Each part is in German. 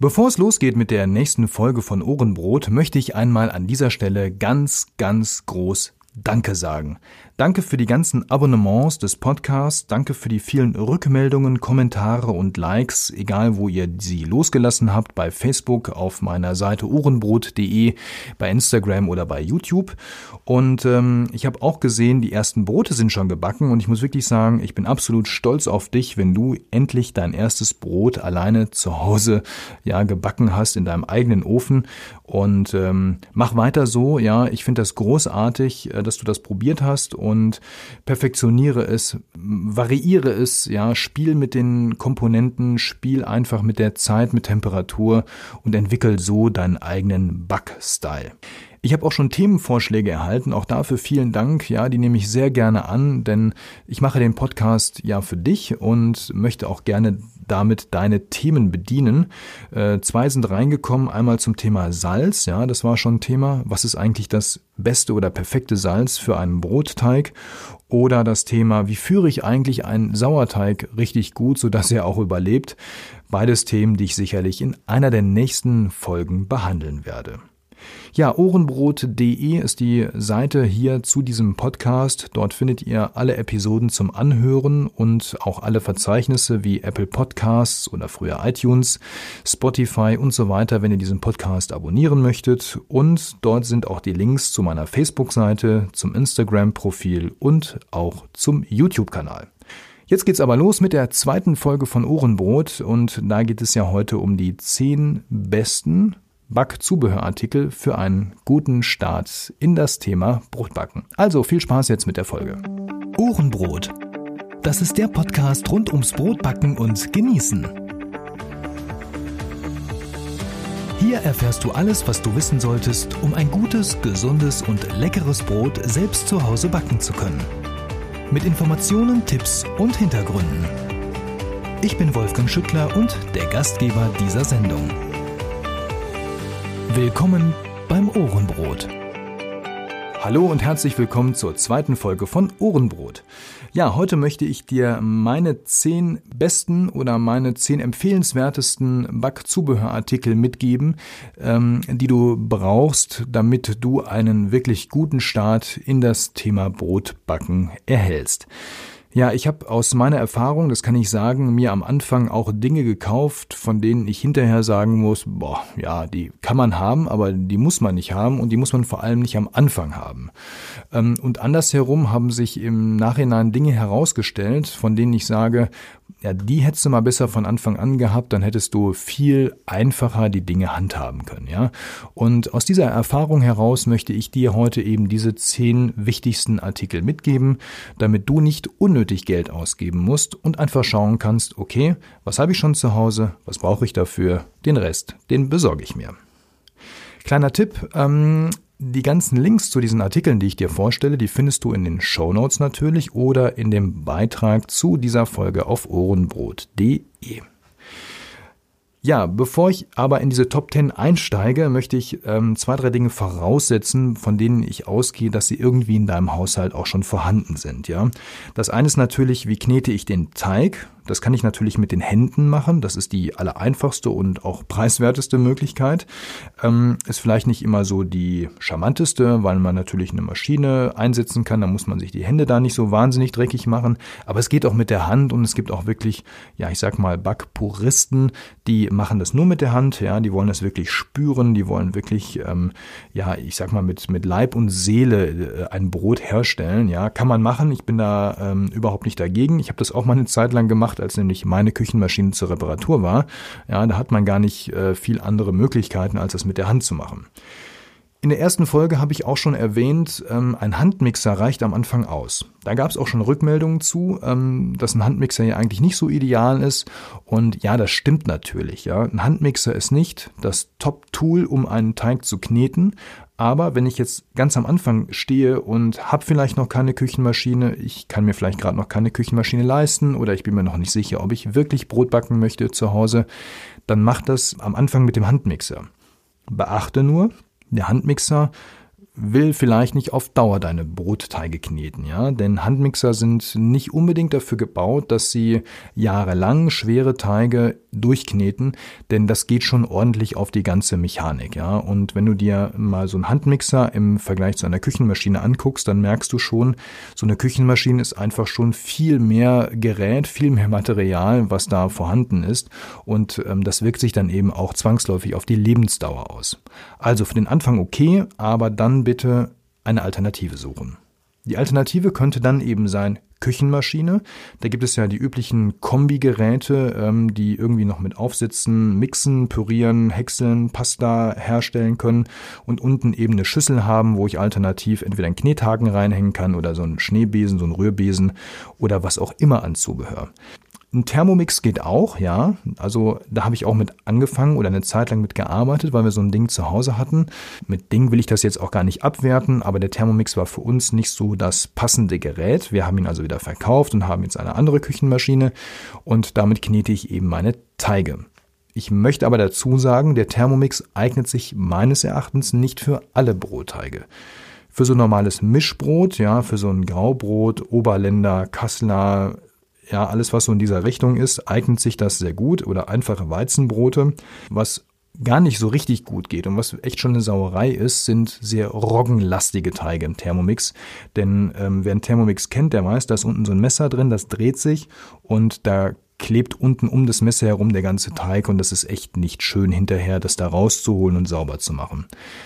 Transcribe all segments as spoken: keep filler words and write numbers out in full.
Bevor es losgeht mit der nächsten Folge von Ohrenbrot, möchte ich einmal an dieser Stelle ganz, ganz groß Danke sagen. Danke für die ganzen Abonnements des Podcasts, danke für die vielen Rückmeldungen, Kommentare und Likes, egal wo ihr sie losgelassen habt, bei Facebook, auf meiner Seite ohrenbrot punkt de, bei Instagram oder bei YouTube. Und ähm, ich habe auch gesehen, die ersten Brote sind schon gebacken und ich muss wirklich sagen, ich bin absolut stolz auf dich, wenn du endlich dein erstes Brot alleine zu Hause ja gebacken hast in deinem eigenen Ofen. Und ähm, mach weiter so, ja, ich finde das großartig, dass du das probiert hast und perfektioniere es, variiere es, ja, spiel mit den Komponenten, spiel einfach mit der Zeit, mit Temperatur und entwickel so deinen eigenen Backstyle. Ich habe auch schon Themenvorschläge erhalten, auch dafür vielen Dank, ja, die nehme ich sehr gerne an, denn ich mache den Podcast ja für dich und möchte auch gerne damit deine Themen bedienen. Äh, zwei sind reingekommen, einmal zum Thema Salz, ja, das war schon ein Thema, was ist eigentlich das beste oder perfekte Salz für einen Brotteig, oder das Thema, wie führe ich eigentlich einen Sauerteig richtig gut, sodass er auch überlebt. Beides Themen, die ich sicherlich in einer der nächsten Folgen behandeln werde. Ja, ohrenbrot punkt de ist die Seite hier zu diesem Podcast. Dort findet ihr alle Episoden zum Anhören und auch alle Verzeichnisse wie Apple Podcasts oder früher iTunes, Spotify und so weiter, wenn ihr diesen Podcast abonnieren möchtet. Und dort sind auch die Links zu meiner Facebook-Seite, zum Instagram-Profil und auch zum YouTube-Kanal. Jetzt geht's aber los mit der zweiten Folge von Ohrenbrot und da geht es ja heute um die zehn besten Backzubehörartikel für einen guten Start in das Thema Brotbacken. Also viel Spaß jetzt mit der Folge. Ohrenbrot. Das ist der Podcast rund ums Brotbacken und Genießen. Hier erfährst du alles, was du wissen solltest, um ein gutes, gesundes und leckeres Brot selbst zu Hause backen zu können. Mit Informationen, Tipps und Hintergründen. Ich bin Wolfgang Schüttler und der Gastgeber dieser Sendung. Willkommen beim Ohrenbrot. Hallo und herzlich willkommen zur zweiten Folge von Ohrenbrot. Ja, heute möchte ich dir meine zehn besten oder meine zehn empfehlenswertesten Backzubehörartikel mitgeben, ähm, die du brauchst, damit du einen wirklich guten Start in das Thema Brotbacken erhältst. Ja, ich habe aus meiner Erfahrung, das kann ich sagen, mir am Anfang auch Dinge gekauft, von denen ich hinterher sagen muss, boah, ja, die kann man haben, aber die muss man nicht haben und die muss man vor allem nicht am Anfang haben. Und andersherum haben sich im Nachhinein Dinge herausgestellt, von denen ich sage, ja, die hättest du mal besser von Anfang an gehabt, dann hättest du viel einfacher die Dinge handhaben können, ja. Und aus dieser Erfahrung heraus möchte ich dir heute eben diese zehn wichtigsten Artikel mitgeben, damit du nicht unnötig Geld ausgeben musst und einfach schauen kannst, okay, was habe ich schon zu Hause, was brauche ich dafür, den Rest, den besorge ich mir. Kleiner Tipp, ähm, die ganzen Links zu diesen Artikeln, die ich dir vorstelle, die findest du in den Shownotes natürlich oder in dem Beitrag zu dieser Folge auf ohrenbrot punkt de. Ja, bevor ich aber in diese Top zehn einsteige, möchte ich ähm, zwei, drei Dinge voraussetzen, von denen ich ausgehe, dass sie irgendwie in deinem Haushalt auch schon vorhanden sind. Ja, das eine ist natürlich, wie knete ich den Teig? Das kann ich natürlich mit den Händen machen. Das ist die allereinfachste und auch preiswerteste Möglichkeit. Ähm, ist vielleicht nicht immer so die charmanteste, weil man natürlich eine Maschine einsetzen kann. Da muss man sich die Hände da nicht so wahnsinnig dreckig machen. Aber es geht auch mit der Hand und es gibt auch wirklich, ja, ich sag mal, Backpuristen, die machen das nur mit der Hand. Ja, die wollen das wirklich spüren. Die wollen wirklich, ähm, ja, ich sag mal, mit mit Leib und Seele äh, ein Brot herstellen. Ja, kann man machen. Ich bin da ähm, überhaupt nicht dagegen. Ich habe das auch mal eine Zeit lang gemacht, als nämlich meine Küchenmaschine zur Reparatur war. Ja, da hat man gar nicht äh, viel andere Möglichkeiten, als das mit der Hand zu machen. In der ersten Folge habe ich auch schon erwähnt, ähm, ein Handmixer reicht am Anfang aus. Da gab es auch schon Rückmeldungen zu, ähm, dass ein Handmixer ja eigentlich nicht so ideal ist. Und ja, das stimmt natürlich. Ja, ein Handmixer ist nicht das Top-Tool, um einen Teig zu kneten. Aber wenn ich jetzt ganz am Anfang stehe und habe vielleicht noch keine Küchenmaschine, ich kann mir vielleicht gerade noch keine Küchenmaschine leisten oder ich bin mir noch nicht sicher, ob ich wirklich Brot backen möchte zu Hause, dann mach das am Anfang mit dem Handmixer. Beachte nur, der Handmixer will vielleicht nicht auf Dauer deine Brotteige kneten, ja, denn Handmixer sind nicht unbedingt dafür gebaut, dass sie jahrelang schwere Teige durchkneten, denn das geht schon ordentlich auf die ganze Mechanik, ja, und wenn du dir mal so einen Handmixer im Vergleich zu einer Küchenmaschine anguckst, dann merkst du schon, so eine Küchenmaschine ist einfach schon viel mehr Gerät, viel mehr Material, was da vorhanden ist, und ähm, das wirkt sich dann eben auch zwangsläufig auf die Lebensdauer aus. Also für den Anfang okay, aber dann bitte eine Alternative suchen. Die Alternative könnte dann eben sein Küchenmaschine. Da gibt es ja die üblichen Kombigeräte, ähm, die irgendwie noch mit Aufsitzen, mixen, pürieren, häckseln, Pasta herstellen können und unten eben eine Schüssel haben, wo ich alternativ entweder einen Knethaken reinhängen kann oder so einen Schneebesen, so einen Rührbesen oder was auch immer an Zubehör. Ein Thermomix geht auch, ja, also da habe ich auch mit angefangen oder eine Zeit lang mit gearbeitet, weil wir so ein Ding zu Hause hatten. Mit Ding will ich das jetzt auch gar nicht abwerten, aber der Thermomix war für uns nicht so das passende Gerät. Wir haben ihn also wieder verkauft und haben jetzt eine andere Küchenmaschine und damit knete ich eben meine Teige. Ich möchte aber dazu sagen, der Thermomix eignet sich meines Erachtens nicht für alle Brotteige. Für so normales Mischbrot, ja, für so ein Graubrot, Oberländer, Kasseler, ja, alles, was so in dieser Richtung ist, eignet sich das sehr gut, oder einfache Weizenbrote. Was gar nicht so richtig gut geht und was echt schon eine Sauerei ist, sind sehr roggenlastige Teige im Thermomix. Denn ähm, wer einen Thermomix kennt, der weiß, da ist unten so ein Messer drin, das dreht sich und da klebt unten um das Messer herum der ganze Teig und das ist echt nicht schön hinterher, das da rauszuholen und sauber zu machen.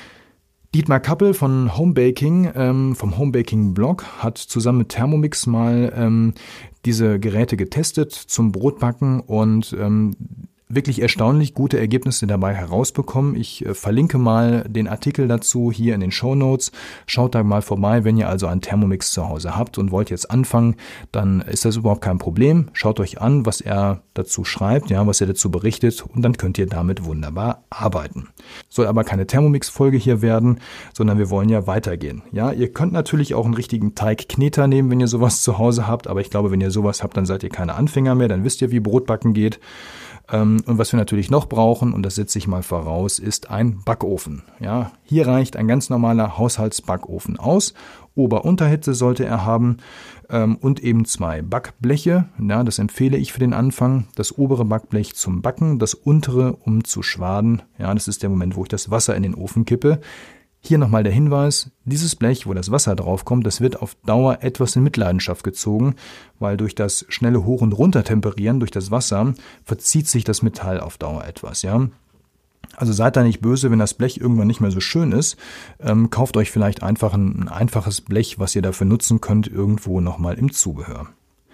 Dietmar Kappel von Homebaking, ähm, vom Homebaking-Blog, hat zusammen mit Thermomix mal ähm, diese Geräte getestet zum Brotbacken und ähm, wirklich erstaunlich gute Ergebnisse dabei herausbekommen. Ich äh, verlinke mal den Artikel dazu hier in den Shownotes. Schaut da mal vorbei, wenn ihr also einen Thermomix zu Hause habt und wollt jetzt anfangen, dann ist das überhaupt kein Problem. Schaut euch an, was er dazu schreibt, ja, was er dazu berichtet und dann könnt ihr damit wunderbar arbeiten. Soll aber keine Thermomix-Folge hier werden, sondern wir wollen ja weitergehen. Ja, ihr könnt natürlich auch einen richtigen Teigkneter nehmen, wenn ihr sowas zu Hause habt, aber ich glaube, wenn ihr sowas habt, dann seid ihr keine Anfänger mehr, dann wisst ihr, wie Brotbacken geht. Und was wir natürlich noch brauchen, und das setze ich mal voraus, ist ein Backofen. Ja, hier reicht ein ganz normaler Haushaltsbackofen aus. Ober-Unterhitze sollte er haben und eben zwei Backbleche. Ja, das empfehle ich für den Anfang. Das obere Backblech zum Backen, das untere um zu schwaden. Ja, das ist der Moment, wo ich das Wasser in den Ofen kippe. Hier nochmal der Hinweis, dieses Blech, wo das Wasser draufkommt, das wird auf Dauer etwas in Mitleidenschaft gezogen, weil durch das schnelle Hoch- und Runtertemperieren durch das Wasser verzieht sich das Metall auf Dauer etwas, ja. Also seid da nicht böse, wenn das Blech irgendwann nicht mehr so schön ist. Ähm, kauft euch vielleicht einfach ein, ein einfaches Blech, was ihr dafür nutzen könnt, irgendwo nochmal im Zubehör.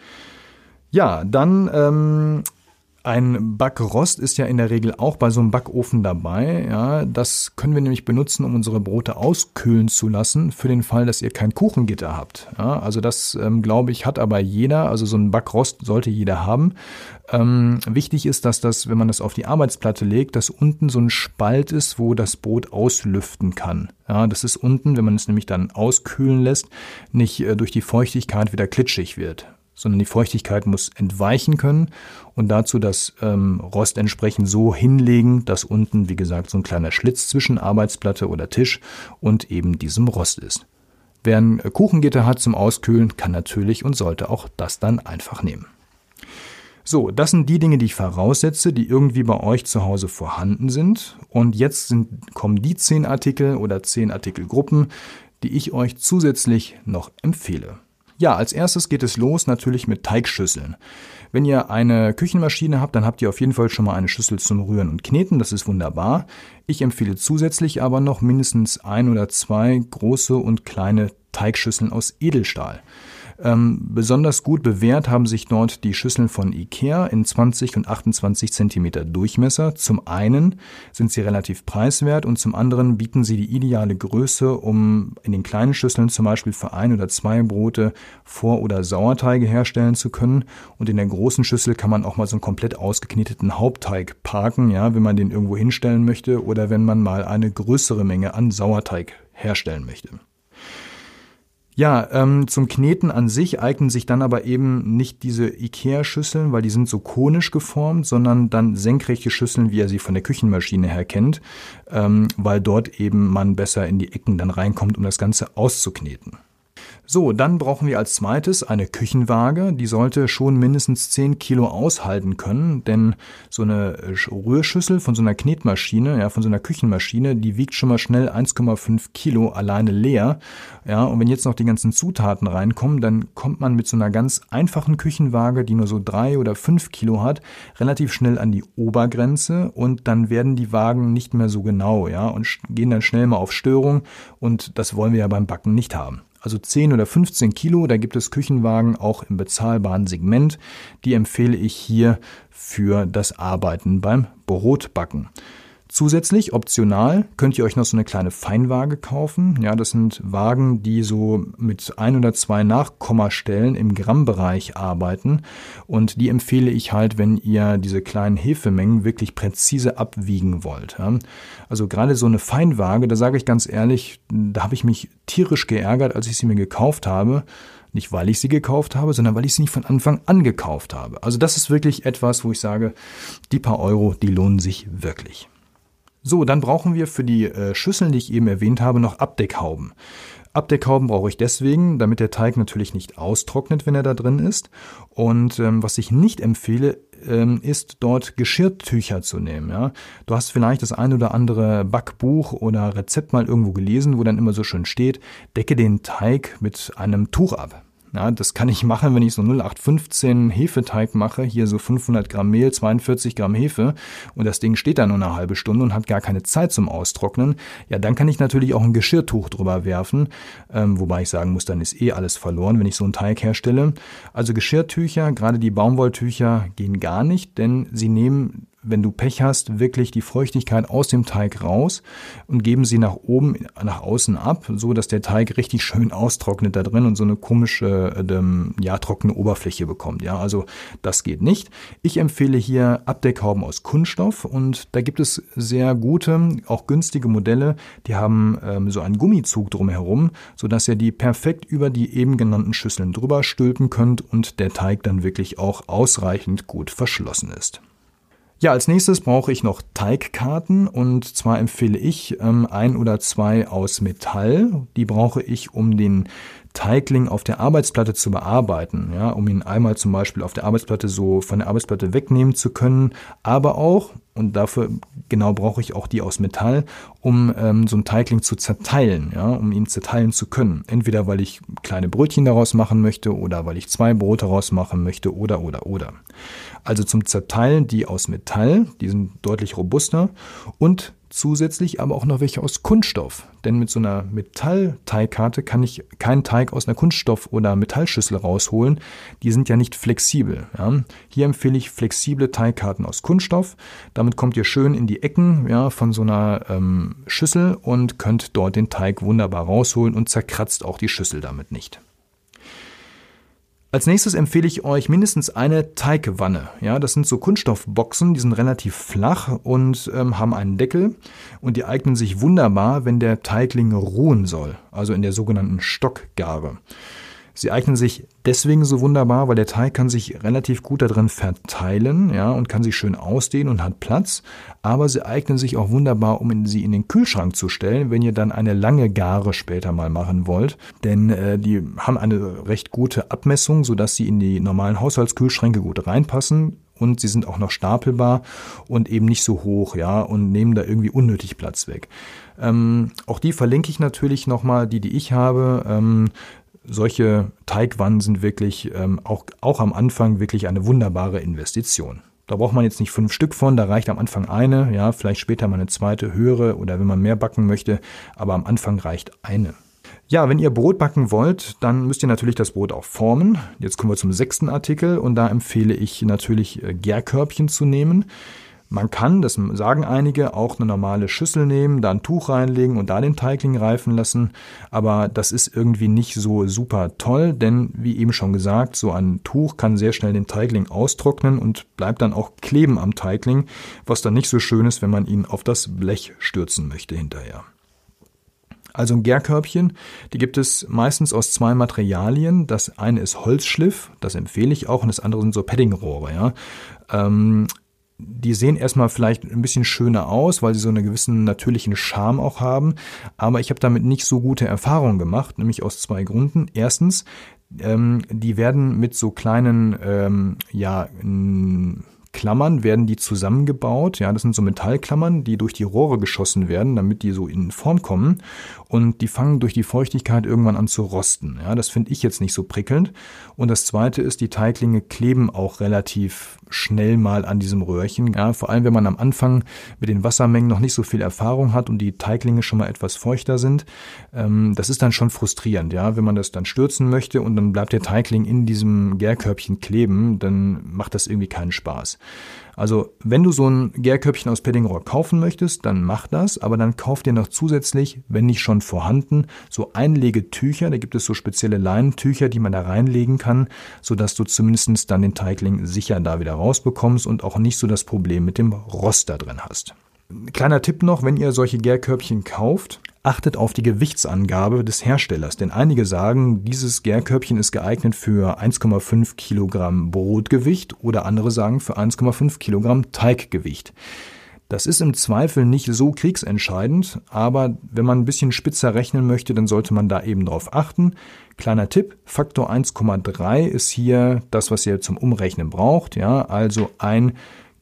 Ja, dann ähm, ein Backrost ist ja in der Regel auch bei so einem Backofen dabei. Ja, das können wir nämlich benutzen, um unsere Brote auskühlen zu lassen, für den Fall, dass ihr kein Kuchengitter habt. Ja, also das, ähm, glaube ich, hat aber jeder. Also so ein Backrost sollte jeder haben. Ähm, wichtig ist, dass das, wenn man das auf die Arbeitsplatte legt, dass unten so ein Spalt ist, wo das Brot auslüften kann. Ja, das ist unten, wenn man es nämlich dann auskühlen lässt, nicht äh, durch die Feuchtigkeit wieder klitschig wird, sondern die Feuchtigkeit muss entweichen können und dazu das ähm, Rost entsprechend so hinlegen, dass unten, wie gesagt, so ein kleiner Schlitz zwischen Arbeitsplatte oder Tisch und eben diesem Rost ist. Wer ein Kuchengitter hat zum Auskühlen, kann natürlich und sollte auch das dann einfach nehmen. So, das sind die Dinge, die ich voraussetze, die irgendwie bei euch zu Hause vorhanden sind. Und jetzt sind, kommen die zehn Artikel oder zehn Artikelgruppen, die ich euch zusätzlich noch empfehle. Ja, als erstes geht es los natürlich mit Teigschüsseln. Wenn ihr eine Küchenmaschine habt, dann habt ihr auf jeden Fall schon mal eine Schüssel zum Rühren und Kneten, das ist wunderbar. Ich empfehle zusätzlich aber noch mindestens ein oder zwei große und kleine Teigschüsseln aus Edelstahl. Ähm, besonders gut bewährt haben sich dort die Schüsseln von Ikea in zwanzig und achtundzwanzig Zentimeter Durchmesser. Zum einen sind sie relativ preiswert und zum anderen bieten sie die ideale Größe, um in den kleinen Schüsseln zum Beispiel für ein oder zwei Brote Vor- oder Sauerteige herstellen zu können. Und in der großen Schüssel kann man auch mal so einen komplett ausgekneteten Hauptteig parken, ja, wenn man den irgendwo hinstellen möchte oder wenn man mal eine größere Menge an Sauerteig herstellen möchte. Ja, ähm, zum Kneten an sich eignen sich dann aber eben nicht diese Ikea-Schüsseln, weil die sind so konisch geformt, sondern dann senkrechte Schüsseln, wie ihr sie von der Küchenmaschine her kennt, ähm, weil dort eben man besser in die Ecken dann reinkommt, um das Ganze auszukneten. So, dann brauchen wir als zweites eine Küchenwaage. Die sollte schon mindestens zehn Kilo aushalten können, denn so eine Rührschüssel von so einer Knetmaschine, ja, von so einer Küchenmaschine, die wiegt schon mal schnell eins Komma fünf Kilo alleine leer. Ja, und wenn jetzt noch die ganzen Zutaten reinkommen, dann kommt man mit so einer ganz einfachen Küchenwaage, die nur so drei oder fünf Kilo hat, relativ schnell an die Obergrenze und dann werden die Wagen nicht mehr so genau, ja, und gehen dann schnell mal auf Störung und das wollen wir ja beim Backen nicht haben. Also zehn oder fünfzehn Kilo, da gibt es Küchenwagen auch im bezahlbaren Segment. Die empfehle ich hier für das Arbeiten beim Brotbacken. Zusätzlich, optional, könnt ihr euch noch so eine kleine Feinwaage kaufen. Ja, das sind Wagen, die so mit ein oder zwei Nachkommastellen im Grammbereich arbeiten. Und die empfehle ich halt, wenn ihr diese kleinen Hefemengen wirklich präzise abwiegen wollt. Ja. Also gerade so eine Feinwaage, da sage ich ganz ehrlich, da habe ich mich tierisch geärgert, als ich sie mir gekauft habe. Nicht, weil ich sie gekauft habe, sondern weil ich sie nicht von Anfang an gekauft habe. Also das ist wirklich etwas, wo ich sage, die paar Euro, die lohnen sich wirklich. So, dann brauchen wir für die äh, Schüsseln, die ich eben erwähnt habe, noch Abdeckhauben. Abdeckhauben brauche ich deswegen, damit der Teig natürlich nicht austrocknet, wenn er da drin ist. Und ähm, was ich nicht empfehle, ähm, ist dort Geschirrtücher zu nehmen. Ja? Du hast vielleicht das ein oder andere Backbuch oder Rezept mal irgendwo gelesen, wo dann immer so schön steht, decke den Teig mit einem Tuch ab. Ja, das kann ich machen, wenn ich so null acht fünfzehn Hefeteig mache, hier so fünfhundert Gramm Mehl, zweiundvierzig Gramm Hefe und das Ding steht da nur eine halbe Stunde und hat gar keine Zeit zum Austrocknen. Ja, dann kann ich natürlich auch ein Geschirrtuch drüber werfen, ähm, wobei ich sagen muss, dann ist eh alles verloren, wenn ich so einen Teig herstelle. Also Geschirrtücher, gerade die Baumwolltücher, gehen gar nicht, denn sie nehmen, wenn du Pech hast, wirklich die Feuchtigkeit aus dem Teig raus und geben sie nach oben, nach außen ab, so dass der Teig richtig schön austrocknet da drin und so eine komische, ähm, ja, trockene Oberfläche bekommt. Ja, also das geht nicht. Ich empfehle hier Abdeckhauben aus Kunststoff und da gibt es sehr gute, auch günstige Modelle, die haben ähm, so einen Gummizug drumherum, so dass ihr die perfekt über die eben genannten Schüsseln drüber stülpen könnt und der Teig dann wirklich auch ausreichend gut verschlossen ist. Ja, als nächstes brauche ich noch Teigkarten und zwar empfehle ich ähm, ein oder zwei aus Metall. Die brauche ich, um den Teigling auf der Arbeitsplatte zu bearbeiten, ja, um ihn einmal zum Beispiel auf der Arbeitsplatte so von der Arbeitsplatte wegnehmen zu können, aber auch, und dafür genau brauche ich auch die aus Metall, um ähm, so einen Teigling zu zerteilen, ja, um ihn zerteilen zu können. Entweder weil ich kleine Brötchen daraus machen möchte oder weil ich zwei Brote daraus machen möchte oder, oder, oder. Also zum Zerteilen die aus Metall, die sind deutlich robuster und zusätzlich aber auch noch welche aus Kunststoff. Denn mit so einer Metallteigkarte kann ich keinen Teig aus einer Kunststoff- oder Metallschüssel rausholen. Die sind ja nicht flexibel. Ja. Hier empfehle ich flexible Teigkarten aus Kunststoff. Damit kommt ihr schön in die Ecken, ja, von so einer ähm, Schüssel und könnt dort den Teig wunderbar rausholen und zerkratzt auch die Schüssel damit nicht. Als nächstes empfehle ich euch mindestens eine Teigwanne. Ja, das sind so Kunststoffboxen, die sind relativ flach und ähm, haben einen Deckel und die eignen sich wunderbar, wenn der Teigling ruhen soll, also in der sogenannten Stockgare. Sie eignen sich deswegen so wunderbar, weil der Teig kann sich relativ gut darin verteilen, ja, und kann sich schön ausdehnen und hat Platz. Aber sie eignen sich auch wunderbar, um sie in den Kühlschrank zu stellen, wenn ihr dann eine lange Gare später mal machen wollt. Denn äh, die haben eine recht gute Abmessung, sodass sie in die normalen Haushaltskühlschränke gut reinpassen. Und sie sind auch noch stapelbar und eben nicht so hoch, ja, und nehmen da irgendwie unnötig Platz weg. Ähm, auch die verlinke ich natürlich nochmal, die, die ich habe. Ähm, Solche Teigwannen sind wirklich ähm, auch, auch am Anfang wirklich eine wunderbare Investition. Da braucht man jetzt nicht fünf Stück von, da reicht am Anfang eine, ja, vielleicht später mal eine zweite, höhere oder wenn man mehr backen möchte, aber am Anfang reicht eine. Ja, wenn ihr Brot backen wollt, dann müsst ihr natürlich das Brot auch formen. Jetzt kommen wir zum sechsten Artikel und da empfehle ich natürlich Gärkörbchen zu nehmen. Man kann, das sagen einige, auch eine normale Schüssel nehmen, da ein Tuch reinlegen und da den Teigling reifen lassen. Aber das ist irgendwie nicht so super toll, denn wie eben schon gesagt, so ein Tuch kann sehr schnell den Teigling austrocknen und bleibt dann auch kleben am Teigling, was dann nicht so schön ist, wenn man ihn auf das Blech stürzen möchte hinterher. Also ein Gärkörbchen, die gibt es meistens aus zwei Materialien. Das eine ist Holzschliff, das empfehle ich auch, und das andere sind so Paddingrohre. Ja. Ähm, die sehen erstmal vielleicht ein bisschen schöner aus, weil sie so einen gewissen natürlichen Charme auch haben. Aber ich habe damit nicht so gute Erfahrungen gemacht, nämlich aus zwei Gründen. Erstens, ähm, die werden mit so kleinen, ähm, ja, n- Klammern werden die zusammengebaut. Ja, das sind so Metallklammern, die durch die Rohre geschossen werden, damit die so in Form kommen. Und die fangen durch die Feuchtigkeit irgendwann an zu rosten. Ja, das finde ich jetzt nicht so prickelnd. Und das Zweite ist, die Teiglinge kleben auch relativ schnell mal an diesem Röhrchen. Ja, vor allem, wenn man am Anfang mit den Wassermengen noch nicht so viel Erfahrung hat und die Teiglinge schon mal etwas feuchter sind. Ähm, das ist dann schon frustrierend, ja, wenn man das dann stürzen möchte und dann bleibt der Teigling in diesem Gärkörbchen kleben, dann macht das irgendwie keinen Spaß. Also wenn du so ein Gärkörbchen aus Paddingrohr kaufen möchtest, dann mach das, aber dann kauf dir noch zusätzlich, wenn nicht schon vorhanden, so Einlegetücher. Da gibt es so spezielle Leinentücher, die man da reinlegen kann, sodass du zumindest dann den Teigling sicher da wieder rausbekommst und auch nicht so das Problem mit dem Rost da drin hast. Kleiner Tipp noch, wenn ihr solche Gärkörbchen kauft, achtet auf die Gewichtsangabe des Herstellers, denn einige sagen, dieses Gärkörbchen ist geeignet für eins Komma fünf Kilogramm Brotgewicht oder andere sagen für eins Komma fünf Kilogramm Teiggewicht. Das ist im Zweifel nicht so kriegsentscheidend, aber wenn man ein bisschen spitzer rechnen möchte, dann sollte man da eben drauf achten. Kleiner Tipp, Faktor eins Komma drei ist hier das, was ihr zum Umrechnen braucht, ja, also ein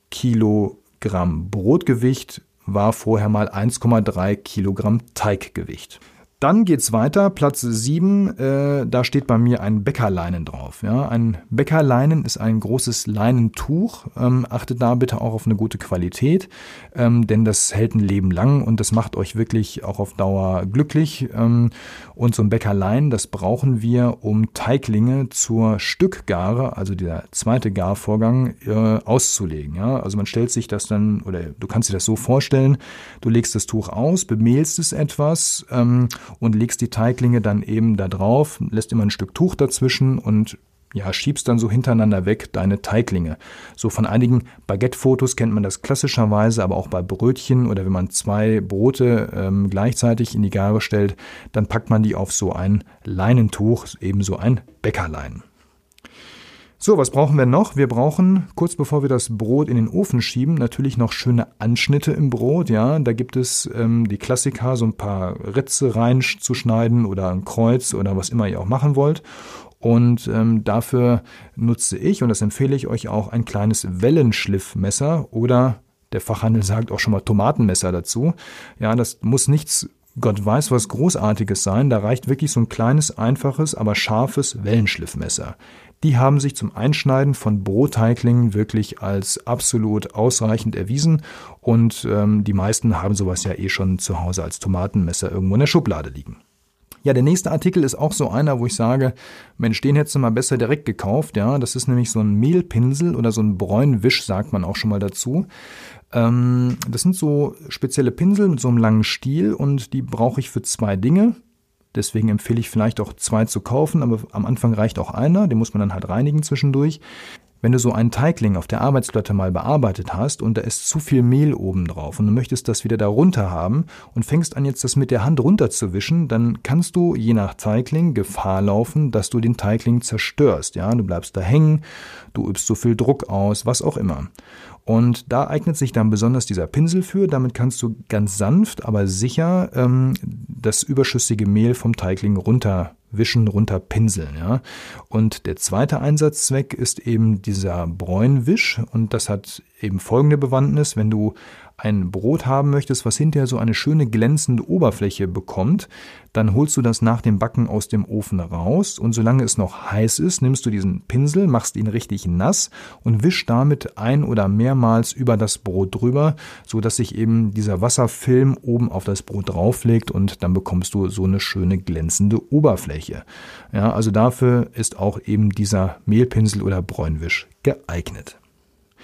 Kilogramm Brotgewicht war vorher mal eins Komma drei Kilogramm Teiggewicht. Dann geht's weiter, Platz sieben, äh, da steht bei mir ein Bäckerleinen drauf. Ja, ein Bäckerleinen ist ein großes Leinentuch. Ähm, achtet da bitte auch auf eine gute Qualität, ähm, denn das hält ein Leben lang und das macht euch wirklich auch auf Dauer glücklich. Ähm, und so ein Bäckerleinen, das brauchen wir, um Teiglinge zur Stückgare, also der zweite Garvorgang, äh, auszulegen. Ja, also man stellt sich das dann, oder du kannst dir das so vorstellen, du legst das Tuch aus, bemehlst es etwas, ähm, und legst die Teiglinge dann eben da drauf, lässt immer ein Stück Tuch dazwischen und ja, schiebst dann so hintereinander weg deine Teiglinge. So von einigen Baguette-Fotos kennt man das klassischerweise, aber auch bei Brötchen oder wenn man zwei Brote ähm, gleichzeitig in die Gare stellt, dann packt man die auf so ein Leinentuch, ebenso ein Bäckerleinen. So, was brauchen wir noch? Wir brauchen, kurz bevor wir das Brot in den Ofen schieben, natürlich noch schöne Anschnitte im Brot. Ja, da gibt es ähm, die Klassiker, so ein paar Ritze reinzuschneiden oder ein Kreuz oder was immer ihr auch machen wollt. Und ähm, dafür nutze ich, und das empfehle ich euch auch, ein kleines Wellenschliffmesser oder der Fachhandel sagt auch schon mal Tomatenmesser dazu. Ja, das muss nichts, Gott weiß was Großartiges sein. Da reicht wirklich so ein kleines, einfaches, aber scharfes Wellenschliffmesser. Die haben sich zum Einschneiden von Brotteiglingen wirklich als absolut ausreichend erwiesen und ähm, die meisten haben sowas ja eh schon zu Hause als Tomatenmesser irgendwo in der Schublade liegen. Ja, der nächste Artikel ist auch so einer, wo ich sage, Mensch, den hättest du mal besser direkt gekauft. Ja, das ist nämlich so ein Mehlpinsel oder so ein Bräunwisch, sagt man auch schon mal dazu. Ähm, das sind so spezielle Pinsel mit so einem langen Stiel und die brauche ich für zwei Dinge. Deswegen empfehle ich vielleicht auch zwei zu kaufen, aber am Anfang reicht auch einer, den muss man dann halt reinigen zwischendurch. Wenn du so einen Teigling auf der Arbeitsplatte mal bearbeitet hast und da ist zu viel Mehl oben drauf und du möchtest das wieder da runter haben und fängst an jetzt das mit der Hand runterzuwischen, dann kannst du je nach Teigling Gefahr laufen, dass du den Teigling zerstörst. Ja, du bleibst da hängen, du übst so viel Druck aus, was auch immer. Und da eignet sich dann besonders dieser Pinsel für. Damit kannst du ganz sanft, aber sicher ähm, das überschüssige Mehl vom Teigling runterwischen, runterpinseln. Ja? Und der zweite Einsatzzweck ist eben dieser Bräunwisch. Und das hat eben folgende Bewandtnis. Wenn du ein Brot haben möchtest, was hinterher so eine schöne glänzende Oberfläche bekommt, dann holst du das nach dem Backen aus dem Ofen raus und solange es noch heiß ist, nimmst du diesen Pinsel, machst ihn richtig nass und wisch damit ein- oder mehrmals über das Brot drüber, so dass sich eben dieser Wasserfilm oben auf das Brot drauflegt und dann bekommst du so eine schöne glänzende Oberfläche. Ja, also dafür ist auch eben dieser Mehlpinsel oder Bräunwisch geeignet.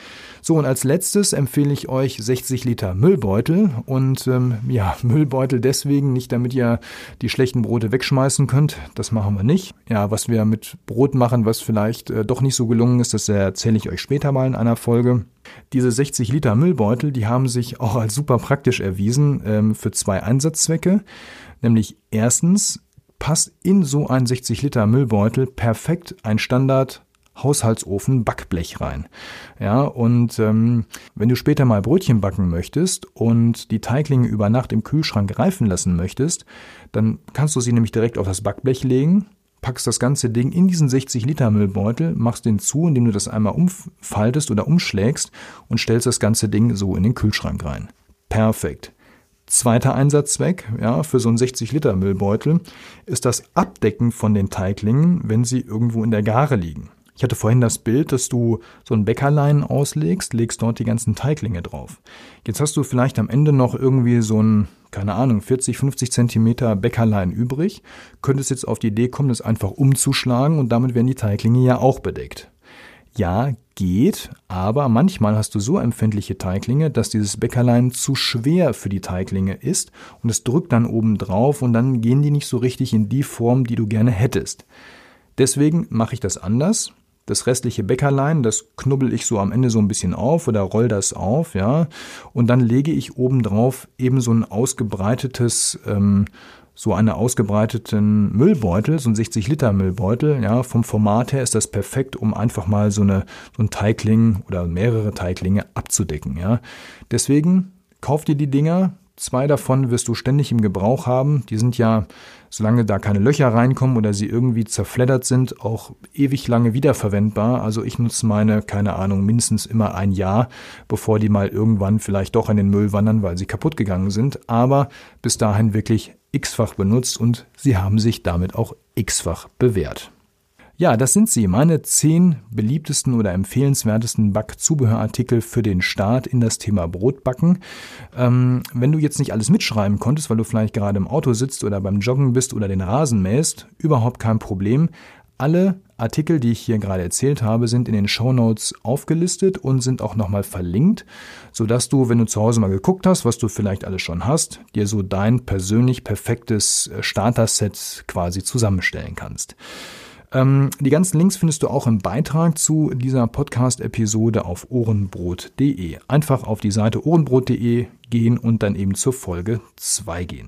So, und als letztes empfehle ich euch sechzig Liter Müllbeutel und ähm, ja, Müllbeutel deswegen, nicht damit ihr die schlechten Brote wegschmeißen könnt, das machen wir nicht. Ja, was wir mit Brot machen, was vielleicht äh, doch nicht so gelungen ist, das erzähle ich euch später mal in einer Folge. Diese sechzig Liter Müllbeutel, die haben sich auch als super praktisch erwiesen ähm, für zwei Einsatzzwecke, nämlich erstens passt in so einen sechzig Liter Müllbeutel perfekt ein Standard Haushaltsofen Backblech rein. Ja, und ähm, wenn du später mal Brötchen backen möchtest und die Teiglinge über Nacht im Kühlschrank reifen lassen möchtest, dann kannst du sie nämlich direkt auf das Backblech legen, packst das ganze Ding in diesen sechzig Liter Müllbeutel, machst den zu, indem du das einmal umfaltest oder umschlägst und stellst das ganze Ding so in den Kühlschrank rein. Perfekt. Zweiter Einsatzzweck, ja, für so einen sechzig Liter Müllbeutel ist das Abdecken von den Teiglingen, wenn sie irgendwo in der Gare liegen. Ich hatte vorhin das Bild, dass du so ein Bäckerlein auslegst, legst dort die ganzen Teiglinge drauf. Jetzt hast du vielleicht am Ende noch irgendwie so ein, keine Ahnung, vierzig, fünfzig Zentimeter Bäckerlein übrig, könntest jetzt auf die Idee kommen, das einfach umzuschlagen und damit werden die Teiglinge ja auch bedeckt. Ja, geht, aber manchmal hast du so empfindliche Teiglinge, dass dieses Bäckerlein zu schwer für die Teiglinge ist und es drückt dann oben drauf und dann gehen die nicht so richtig in die Form, die du gerne hättest. Deswegen mache ich das anders. Das restliche Bäckerlein, das knubbel ich so am Ende so ein bisschen auf oder roll das auf, ja, und dann lege ich oben drauf eben so ein ausgebreitetes, ähm, so einen ausgebreiteten Müllbeutel, so ein sechzig Liter Müllbeutel, ja, vom Format her ist das perfekt, um einfach mal so eine, so ein Teigling oder mehrere Teiglinge abzudecken, ja. Deswegen kauf dir die Dinger. Zwei davon wirst du ständig im Gebrauch haben. Die sind ja, solange da keine Löcher reinkommen oder sie irgendwie zerfleddert sind, auch ewig lange wiederverwendbar. Also ich nutze meine, keine Ahnung, mindestens immer ein Jahr, bevor die mal irgendwann vielleicht doch in den Müll wandern, weil sie kaputt gegangen sind. Aber bis dahin wirklich x-fach benutzt und sie haben sich damit auch x-fach bewährt. Ja, das sind sie, meine zehn beliebtesten oder empfehlenswertesten Backzubehörartikel für den Start in das Thema Brotbacken. Ähm, wenn du jetzt nicht alles mitschreiben konntest, weil du vielleicht gerade im Auto sitzt oder beim Joggen bist oder den Rasen mähst, überhaupt kein Problem. Alle Artikel, die ich hier gerade erzählt habe, sind in den Shownotes aufgelistet und sind auch nochmal verlinkt, sodass du, wenn du zu Hause mal geguckt hast, was du vielleicht alles schon hast, dir so dein persönlich perfektes Starter-Set quasi zusammenstellen kannst. Ähm, die ganzen Links findest du auch im Beitrag zu dieser Podcast-Episode auf ohrenbrot punkt de. Einfach auf die Seite ohrenbrot punkt de gehen und dann eben zur Folge zwei gehen.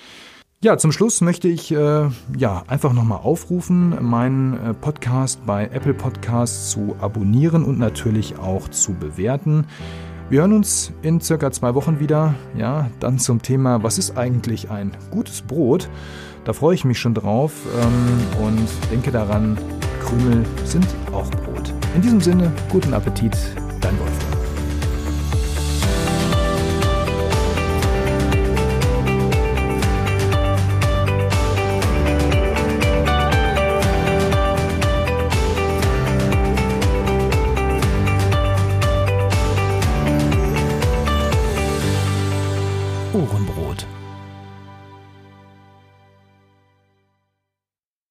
Ja, zum Schluss möchte ich äh, ja einfach nochmal aufrufen, meinen äh, Podcast bei Apple Podcasts zu abonnieren und natürlich auch zu bewerten. Wir hören uns in circa zwei Wochen wieder, ja, dann zum Thema, was ist eigentlich ein gutes Brot? Da freue ich mich schon drauf ähm, und denke daran, Krümel sind auch Brot. In diesem Sinne, guten Appetit, dein Wolfgang.